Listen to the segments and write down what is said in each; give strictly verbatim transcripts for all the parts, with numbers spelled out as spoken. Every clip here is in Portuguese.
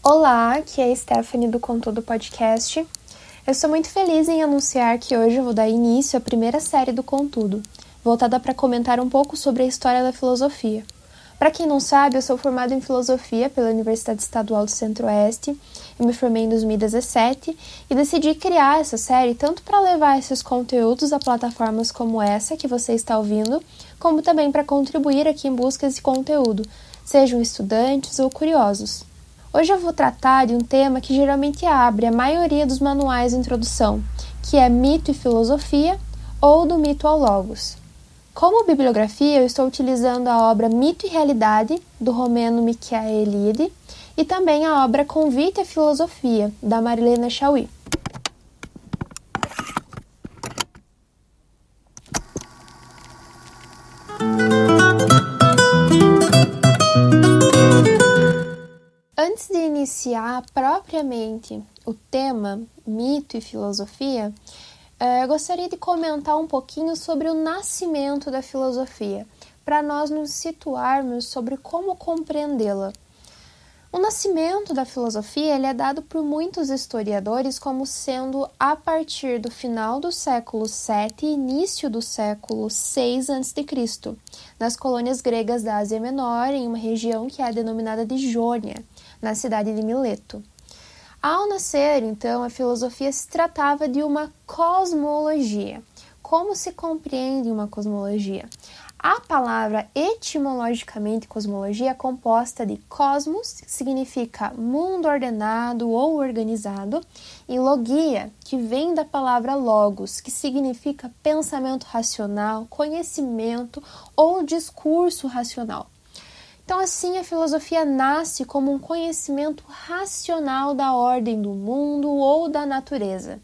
Olá, aqui é a Stephanie do Contudo Podcast. Eu estou muito feliz em anunciar que hoje eu vou dar início à primeira série do Contudo, voltada para comentar um pouco sobre a história da filosofia. Para quem não sabe, eu sou formada em Filosofia pela Universidade Estadual do Centro-Oeste, eu me formei em dois mil e dezessete e decidi criar essa série tanto para levar esses conteúdos a plataformas como essa que você está ouvindo, como também para contribuir aqui em busca de conteúdo, sejam estudantes ou curiosos. Hoje eu vou tratar de um tema que geralmente abre a maioria dos manuais de introdução, que é Mito e Filosofia ou do Mito ao Logos. Como bibliografia, eu estou utilizando a obra Mito e Realidade, do romeno Michael e também a obra Convite à Filosofia, da Marilena Chauí. Antes de iniciar propriamente o tema Mito e Filosofia, eu gostaria de comentar um pouquinho sobre o nascimento da filosofia, para nós nos situarmos sobre como compreendê-la. O nascimento da filosofia ele é dado por muitos historiadores como sendo a partir do final do século sete e início do século seis antes de Cristo, nas colônias gregas da Ásia Menor, em uma região que é denominada de Jônia, na cidade de Mileto. Ao nascer, então, a filosofia se tratava de uma cosmologia. Como se compreende uma cosmologia? A palavra etimologicamente cosmologia é composta de cosmos, que significa mundo ordenado ou organizado, e logia, que vem da palavra logos, que significa pensamento racional, conhecimento ou discurso racional. Então, assim, a filosofia nasce como um conhecimento racional da ordem do mundo ou da natureza.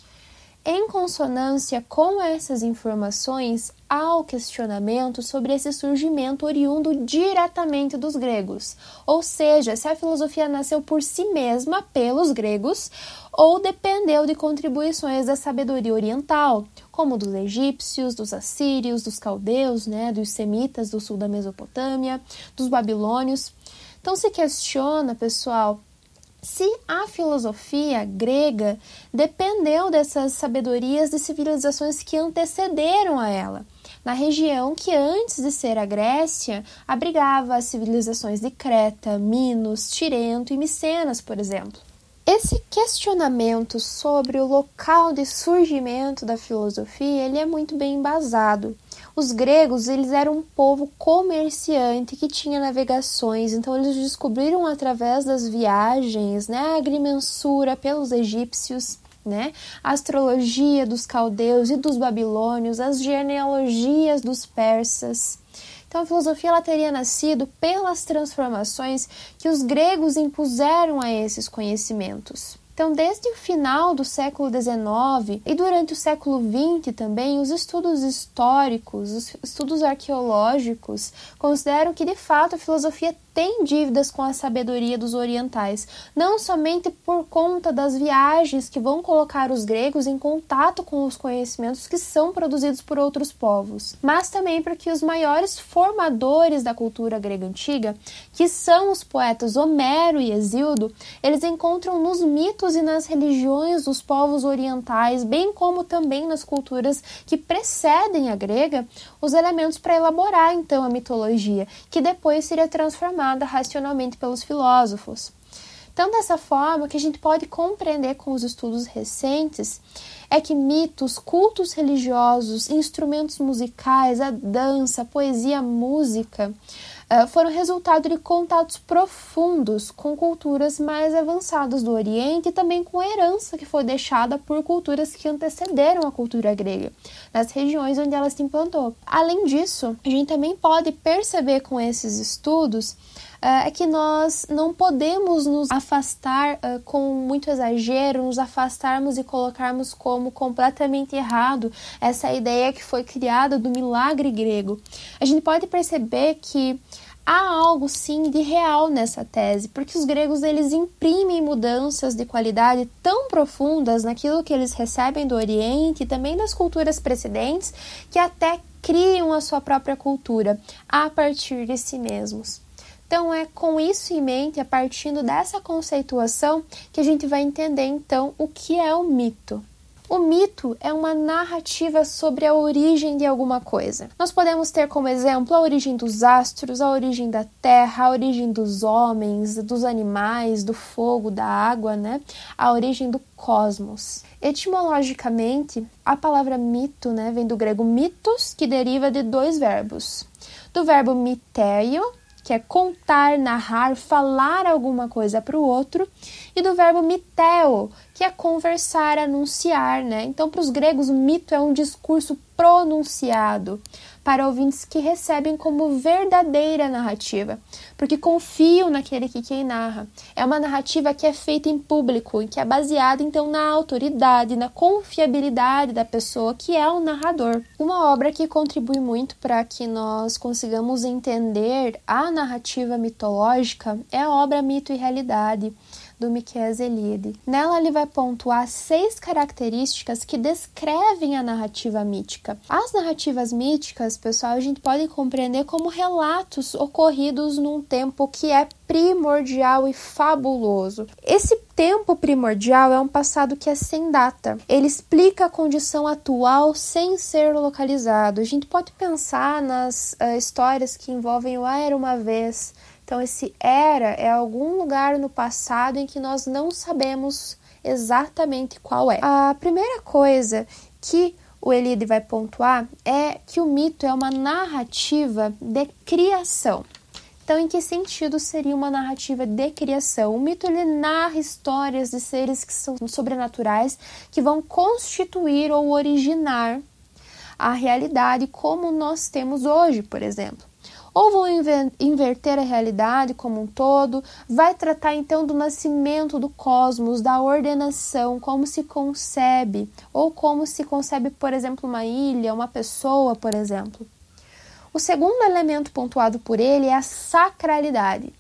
Em consonância com essas informações, há o questionamento sobre esse surgimento oriundo diretamente dos gregos, ou seja, se a filosofia nasceu por si mesma pelos gregos ou dependeu de contribuições da sabedoria oriental, como dos egípcios, dos assírios, dos caldeus, né, dos semitas do sul da Mesopotâmia, dos babilônios. Então se questiona, pessoal, se a filosofia grega dependeu dessas sabedorias de civilizações que antecederam a ela, na região que antes de ser a Grécia abrigava as civilizações de Creta, Minos, Tirento e Micenas, por exemplo. Esse questionamento sobre o local de surgimento da filosofia ele é muito bem embasado. Os gregos eles eram um povo comerciante que tinha navegações, então eles descobriram através das viagens, né, a agrimensura pelos egípcios, né, a astrologia dos caldeus e dos babilônios, as genealogias dos persas. Então a filosofia ela teria nascido pelas transformações que os gregos impuseram a esses conhecimentos. Então, desde o final do século dezenove e durante o século vinte também, os estudos históricos, os estudos arqueológicos consideram que, de fato, a filosofia tem dívidas com a sabedoria dos orientais, não somente por conta das viagens que vão colocar os gregos em contato com os conhecimentos que são produzidos por outros povos, mas também porque os maiores formadores da cultura grega antiga, que são os poetas Homero e Hesíodo, eles encontram nos mitos e nas religiões dos povos orientais, bem como também nas culturas que precedem a grega, os elementos para elaborar então a mitologia, que depois seria transformada racionalmente pelos filósofos. Então, dessa forma, o que a gente pode compreender com os estudos recentes é que mitos, cultos religiosos, instrumentos musicais, a dança, a poesia, a música foram resultado de contatos profundos com culturas mais avançadas do Oriente e também com a herança que foi deixada por culturas que antecederam a cultura grega, nas regiões onde ela se implantou. Além disso, a gente também pode perceber com esses estudos é que nós não podemos nos afastar uh, com muito exagero, nos afastarmos e colocarmos como completamente errado essa ideia que foi criada do milagre grego. A gente pode perceber que há algo sim de real nessa tese, porque os gregos eles imprimem mudanças de qualidade tão profundas naquilo que eles recebem do Oriente e também das culturas precedentes, que até criam a sua própria cultura a partir de si mesmos. Então, é com isso em mente, a partir dessa conceituação, que a gente vai entender, então, o que é o mito. O mito é uma narrativa sobre a origem de alguma coisa. Nós podemos ter como exemplo a origem dos astros, a origem da terra, a origem dos homens, dos animais, do fogo, da água, né? A origem do cosmos. Etimologicamente, a palavra mito, né, vem do grego mitos, que deriva de dois verbos. Do verbo miteio, que é contar, narrar, falar alguma coisa para o outro, e do verbo miteo, que é conversar, anunciar, né? Então, para os gregos, mito é um discurso pronunciado para ouvintes que recebem como verdadeira narrativa, porque confiam naquele que quem narra. É uma narrativa que é feita em público e que é baseada, então, na autoridade, na confiabilidade da pessoa que é o narrador. Uma obra que contribui muito para que nós consigamos entender a narrativa mitológica é a obra Mito e Realidade, do Miqueias Eliade. Nela ele vai pontuar seis características que descrevem a narrativa mítica. As narrativas míticas, pessoal, a gente pode compreender como relatos ocorridos num tempo que é primordial e fabuloso. Esse tempo primordial é um passado que é sem data. Ele explica a condição atual sem ser localizado. A gente pode pensar nas uh, histórias que envolvem o Ah, Era Uma Vez. Então, esse era é algum lugar no passado em que nós não sabemos exatamente qual é. A primeira coisa que o Eliade vai pontuar é que o mito é uma narrativa de criação. Então, em que sentido seria uma narrativa de criação? O mito ele narra histórias de seres que são sobrenaturais, que vão constituir ou originar a realidade como nós temos hoje, por exemplo. Ou vão inverter a realidade como um todo, vai tratar então do nascimento do cosmos, da ordenação, como se concebe, ou como se concebe, por exemplo, uma ilha, uma pessoa, por exemplo. O segundo elemento pontuado por ele é a sacralidade.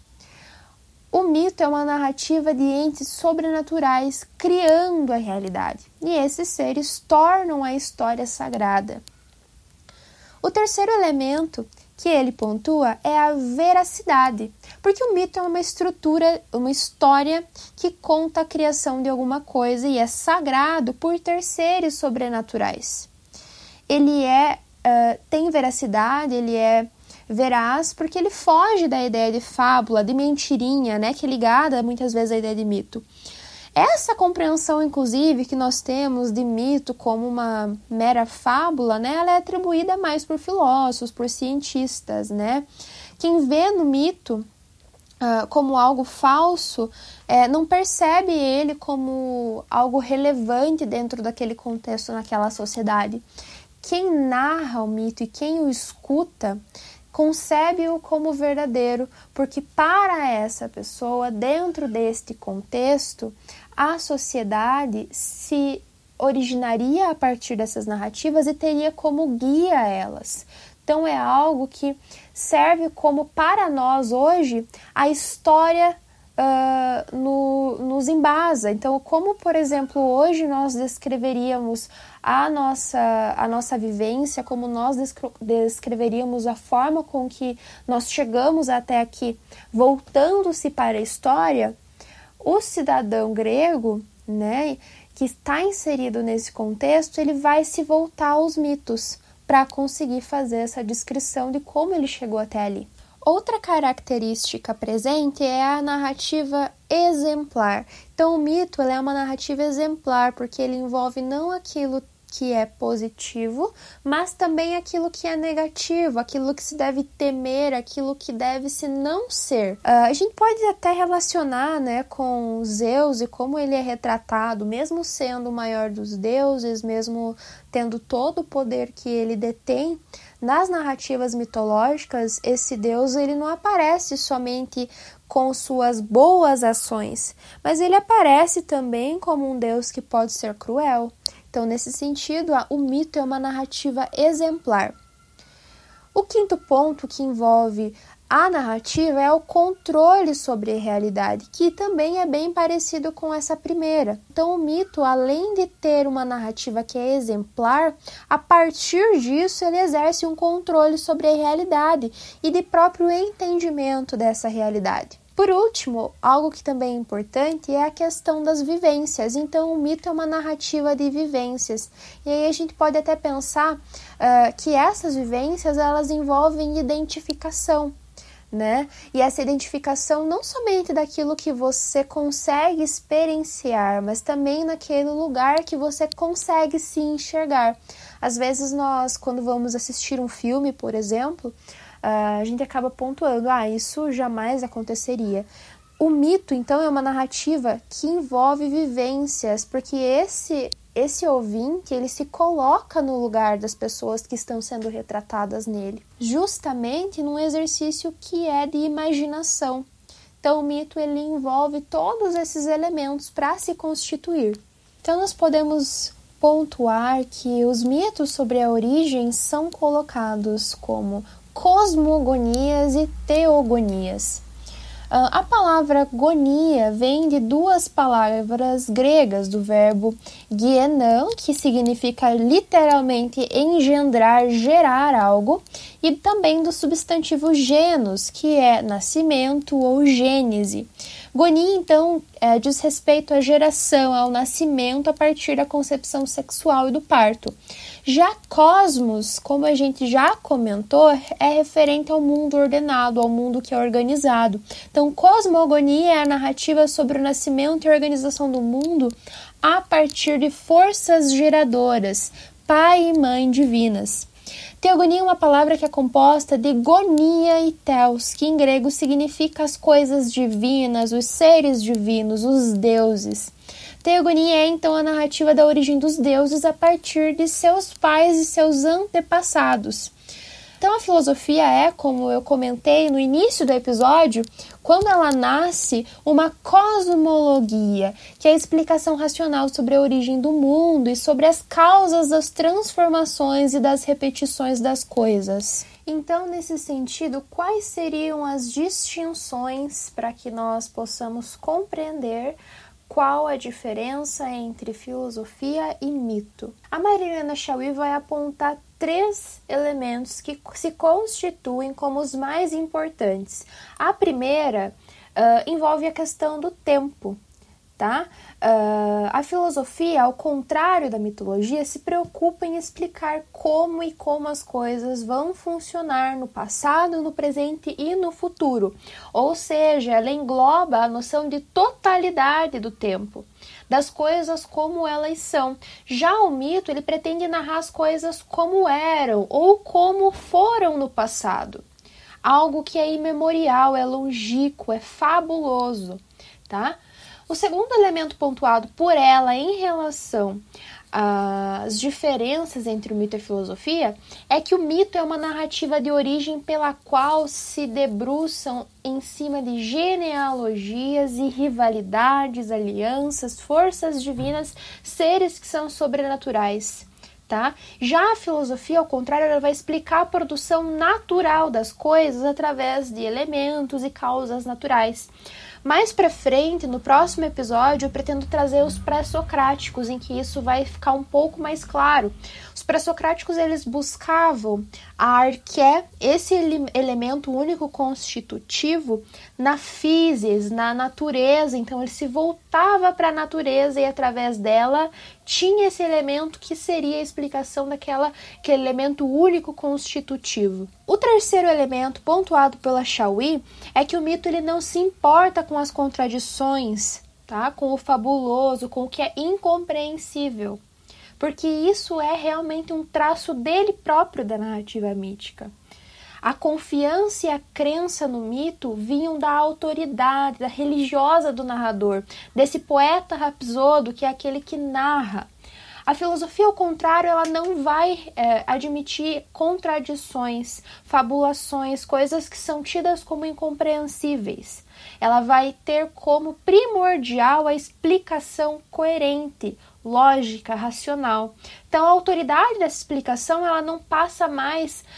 O mito é uma narrativa de entes sobrenaturais criando a realidade, e esses seres tornam a história sagrada. O terceiro elemento que ele pontua é a veracidade, porque o mito é uma estrutura, uma história que conta a criação de alguma coisa e é sagrado por ter seres sobrenaturais. Ele é, uh, tem veracidade, ele é veraz porque ele foge da ideia de fábula, de mentirinha, né, que é ligada muitas vezes à ideia de mito. Essa compreensão, inclusive, que nós temos de mito como uma mera fábula, né, ela é atribuída mais por filósofos, por cientistas, né? Quem vê no mito uh, como algo falso, é, não percebe ele como algo relevante dentro daquele contexto, naquela sociedade. Quem narra o mito e quem o escuta concebe-o como verdadeiro, porque para essa pessoa, dentro deste contexto, a sociedade se originaria a partir dessas narrativas e teria como guia elas. Então é algo que serve como para nós hoje a história uh, no, nos embasa. Então, como por exemplo hoje nós descreveríamos a nossa, a nossa vivência, como nós descreveríamos a forma com que nós chegamos até aqui, voltando-se para a história, o cidadão grego, né, que está inserido nesse contexto, ele vai se voltar aos mitos para conseguir fazer essa descrição de como ele chegou até ali. Outra característica presente é a narrativa exemplar. Então, o mito é uma narrativa exemplar, porque ele envolve não aquilo que é positivo, mas também aquilo que é negativo, aquilo que se deve temer, aquilo que deve se não ser. Uh, a gente pode até relacionar, né, com Zeus e como ele é retratado, mesmo sendo o maior dos deuses, mesmo tendo todo o poder que ele detém. Nas narrativas mitológicas, esse Deus ele não aparece somente com suas boas ações, mas ele aparece também como um Deus que pode ser cruel. Então, nesse sentido, o mito é uma narrativa exemplar. O quinto ponto, que envolve A narrativa é o controle sobre a realidade, que também é bem parecido com essa primeira. Então, o mito, além de ter uma narrativa que é exemplar, a partir disso ele exerce um controle sobre a realidade e de próprio entendimento dessa realidade. Por último, algo que também é importante é a questão das vivências. Então, o mito é uma narrativa de vivências. E aí a gente pode até pensar uh, que essas vivências elas envolvem identificação. Né? E essa identificação não somente daquilo que você consegue experienciar, mas também naquele lugar que você consegue se enxergar. Às vezes nós, quando vamos assistir um filme, por exemplo, a gente acaba pontuando, ah, isso jamais aconteceria. O mito, então, é uma narrativa que envolve vivências, porque esse... Esse ouvinte, ele se coloca no lugar das pessoas que estão sendo retratadas nele, justamente num exercício que é de imaginação. Então, o mito, ele envolve todos esses elementos para se constituir. Então, nós podemos pontuar que os mitos sobre a origem são colocados como cosmogonias e teogonias. A palavra gonia vem de duas palavras gregas do verbo gienan, que significa literalmente engendrar, gerar algo, e também do substantivo genos, que é nascimento ou gênese. Gonia, então, é, diz respeito à geração, ao nascimento a partir da concepção sexual e do parto. Já cosmos, como a gente já comentou, é referente ao mundo ordenado, ao mundo que é organizado. Então, cosmogonia é a narrativa sobre o nascimento e organização do mundo a partir de forças geradoras, pai e mãe divinas. Teogonia é uma palavra que é composta de gonia e theos, que em grego significa as coisas divinas, os seres divinos, os deuses. Teogonia é, então, a narrativa da origem dos deuses a partir de seus pais e seus antepassados. Então, a filosofia é, como eu comentei no início do episódio, quando ela nasce, uma cosmologia, que é a explicação racional sobre a origem do mundo e sobre as causas das transformações e das repetições das coisas. Então, nesse sentido, quais seriam as distinções para que nós possamos compreender qual a diferença entre filosofia e mito? A Marilena Chauí vai apontar três elementos que se constituem como os mais importantes. A primeira uh, envolve a questão do tempo, tá? Uh, a filosofia, ao contrário da mitologia, se preocupa em explicar como e como as coisas vão funcionar no passado, no presente e no futuro. Ou seja, ela engloba a noção de totalidade do tempo, das coisas como elas são. Já o mito, ele pretende narrar as coisas como eram ou como foram no passado. Algo que é imemorial, é longínquo, é fabuloso, tá? O segundo elemento pontuado por ela em relação às diferenças entre o mito e a filosofia é que o mito é uma narrativa de origem pela qual se debruçam em cima de genealogias e rivalidades, alianças, forças divinas, seres que são sobrenaturais. Tá? Já a filosofia, ao contrário, ela vai explicar a produção natural das coisas através de elementos e causas naturais. Mais para frente, no próximo episódio, eu pretendo trazer os pré-socráticos, em que isso vai ficar um pouco mais claro. Os pré-socráticos, eles buscavam a arqué, esse ele- elemento único constitutivo, na physis, na natureza. Então, ele se voltava para a natureza e, através dela, tinha esse elemento que seria a explicação daquela, aquele elemento único constitutivo. O terceiro elemento pontuado pela Chauí é que o mito ele não se importa com as contradições, tá? Com o fabuloso, com o que é incompreensível, porque isso é realmente um traço dele próprio da narrativa mítica. A confiança e a crença no mito vinham da autoridade, da religiosa do narrador, desse poeta rapsodo que é aquele que narra. A filosofia, ao contrário, ela não vai é, admitir contradições, fabulações, coisas que são tidas como incompreensíveis. Ela vai ter como primordial a explicação coerente, lógica, racional. Então, a autoridade dessa explicação ela não passa mais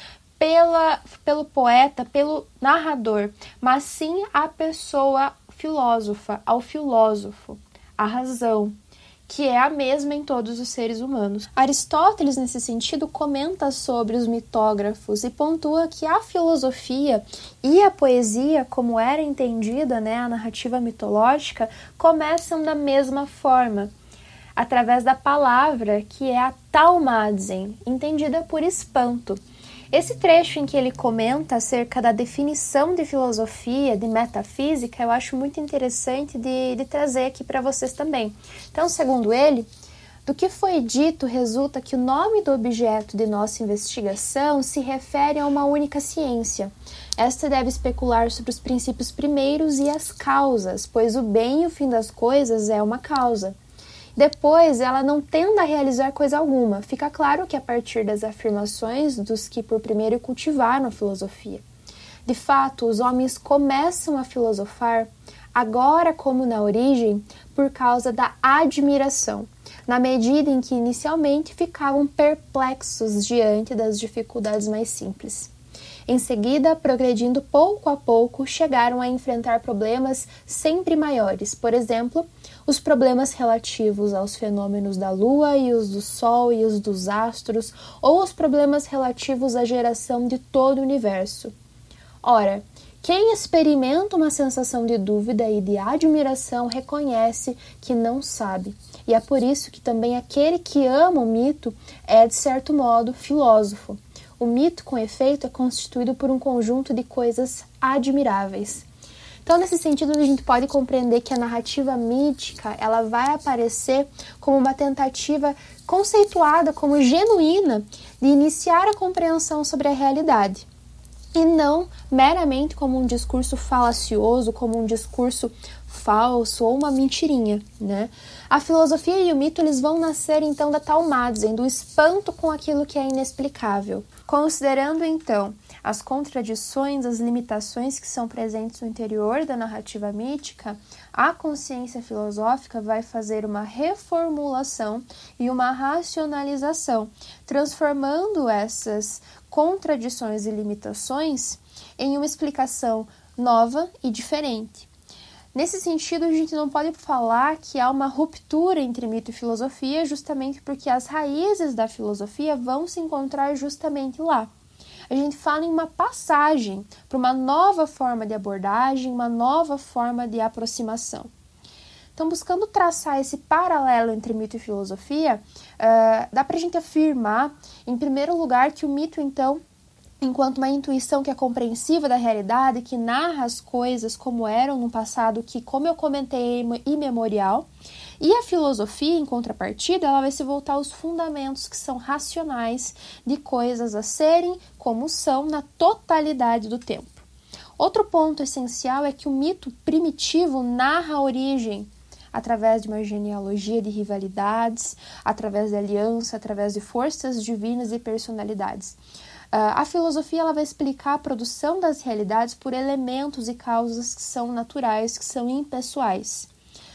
pela, pelo poeta, pelo narrador, mas sim a pessoa filósofa, ao filósofo, a razão, que é a mesma em todos os seres humanos. Aristóteles, nesse sentido, comenta sobre os mitógrafos e pontua que a filosofia e a poesia, como era entendida, né, a narrativa mitológica, começam da mesma forma, através da palavra, que é a taumatzen, entendida por espanto. Esse trecho em que ele comenta acerca da definição de filosofia, de metafísica, eu acho muito interessante de, de trazer aqui para vocês também. Então, segundo ele, do que foi dito resulta que o nome do objeto de nossa investigação se refere a uma única ciência. Esta deve especular sobre os princípios primeiros e as causas, pois o bem e o fim das coisas é uma causa. Depois, ela não tenda a realizar coisa alguma. Fica claro que a partir das afirmações dos que por primeiro cultivaram a filosofia. De fato, os homens começam a filosofar, agora como na origem, por causa da admiração, na medida em que inicialmente ficavam perplexos diante das dificuldades mais simples. Em seguida, progredindo pouco a pouco, chegaram a enfrentar problemas sempre maiores, por exemplo, os problemas relativos aos fenômenos da Lua e os do Sol e os dos astros, ou os problemas relativos à geração de todo o universo. Ora, quem experimenta uma sensação de dúvida e de admiração reconhece que não sabe, e é por isso que também aquele que ama o mito é, de certo modo, filósofo. O mito, com efeito, é constituído por um conjunto de coisas admiráveis. Então, nesse sentido, a gente pode compreender que a narrativa mítica ela vai aparecer como uma tentativa conceituada como genuína de iniciar a compreensão sobre a realidade, e não meramente como um discurso falacioso, como um discurso falso ou uma mentirinha, né? A filosofia e o mito eles vão nascer então da taumatzen, do espanto com aquilo que é inexplicável. Considerando então as contradições, as limitações que são presentes no interior da narrativa mítica, a consciência filosófica vai fazer uma reformulação e uma racionalização, transformando essas contradições e limitações em uma explicação nova e diferente. Nesse sentido, a gente não pode falar que há uma ruptura entre mito e filosofia, justamente porque as raízes da filosofia vão se encontrar justamente lá. A gente fala em uma passagem para uma nova forma de abordagem, uma nova forma de aproximação. Então, buscando traçar esse paralelo entre mito e filosofia, uh, dá para a gente afirmar, em primeiro lugar, que o mito, então, enquanto uma intuição que é compreensiva da realidade, que narra as coisas como eram no passado, que, como eu comentei, é imemorial, e a filosofia, em contrapartida, ela vai se voltar aos fundamentos que são racionais de coisas a serem como são na totalidade do tempo. Outro ponto essencial é que o mito primitivo narra a origem através de uma genealogia de rivalidades, através de aliança, através de forças divinas e personalidades. Uh, a filosofia ela vai explicar a produção das realidades por elementos e causas que são naturais, que são impessoais.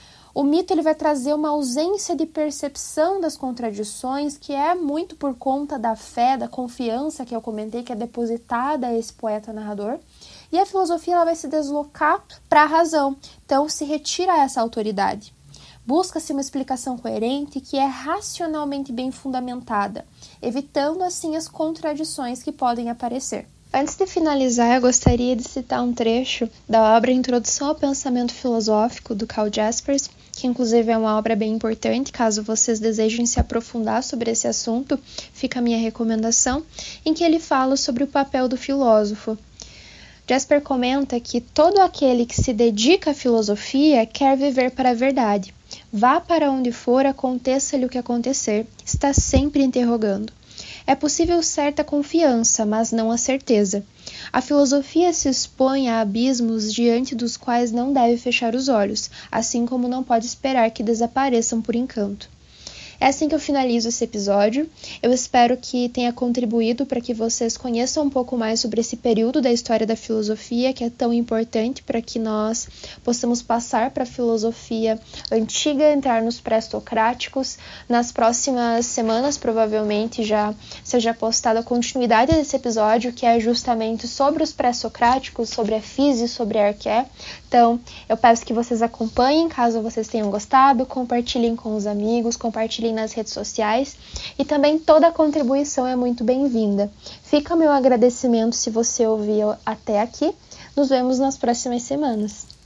O mito ele vai trazer uma ausência de percepção das contradições, que é muito por conta da fé, da confiança que eu comentei, que é depositada a esse poeta narrador. E a filosofia ela vai se deslocar para a razão, então se retira essa autoridade. Busca-se uma explicação coerente que é racionalmente bem fundamentada, evitando assim as contradições que podem aparecer. Antes de finalizar, eu gostaria de citar um trecho da obra Introdução ao Pensamento Filosófico, do Karl Jaspers, que inclusive é uma obra bem importante, caso vocês desejem se aprofundar sobre esse assunto, fica a minha recomendação, em que ele fala sobre o papel do filósofo. Jasper comenta que todo aquele que se dedica à filosofia quer viver para a verdade. Vá para onde for, aconteça-lhe o que acontecer, está sempre interrogando. É possível certa confiança, mas não a certeza. A filosofia se expõe a abismos diante dos quais não deve fechar os olhos, assim como não pode esperar que desapareçam por encanto. É assim que eu finalizo esse episódio. Eu espero que tenha contribuído para que vocês conheçam um pouco mais sobre esse período da história da filosofia, que é tão importante para que nós possamos passar para a filosofia antiga, entrar nos pré-socráticos. Nas próximas semanas, provavelmente, já seja postada a continuidade desse episódio, que é justamente sobre os pré-socráticos, sobre a Físio, sobre a Arqué. Então, eu peço que vocês acompanhem, caso vocês tenham gostado, compartilhem com os amigos, compartilhem nas redes sociais, e também toda a contribuição é muito bem-vinda. Fica o meu agradecimento se você ouviu até aqui. Nos vemos nas próximas semanas.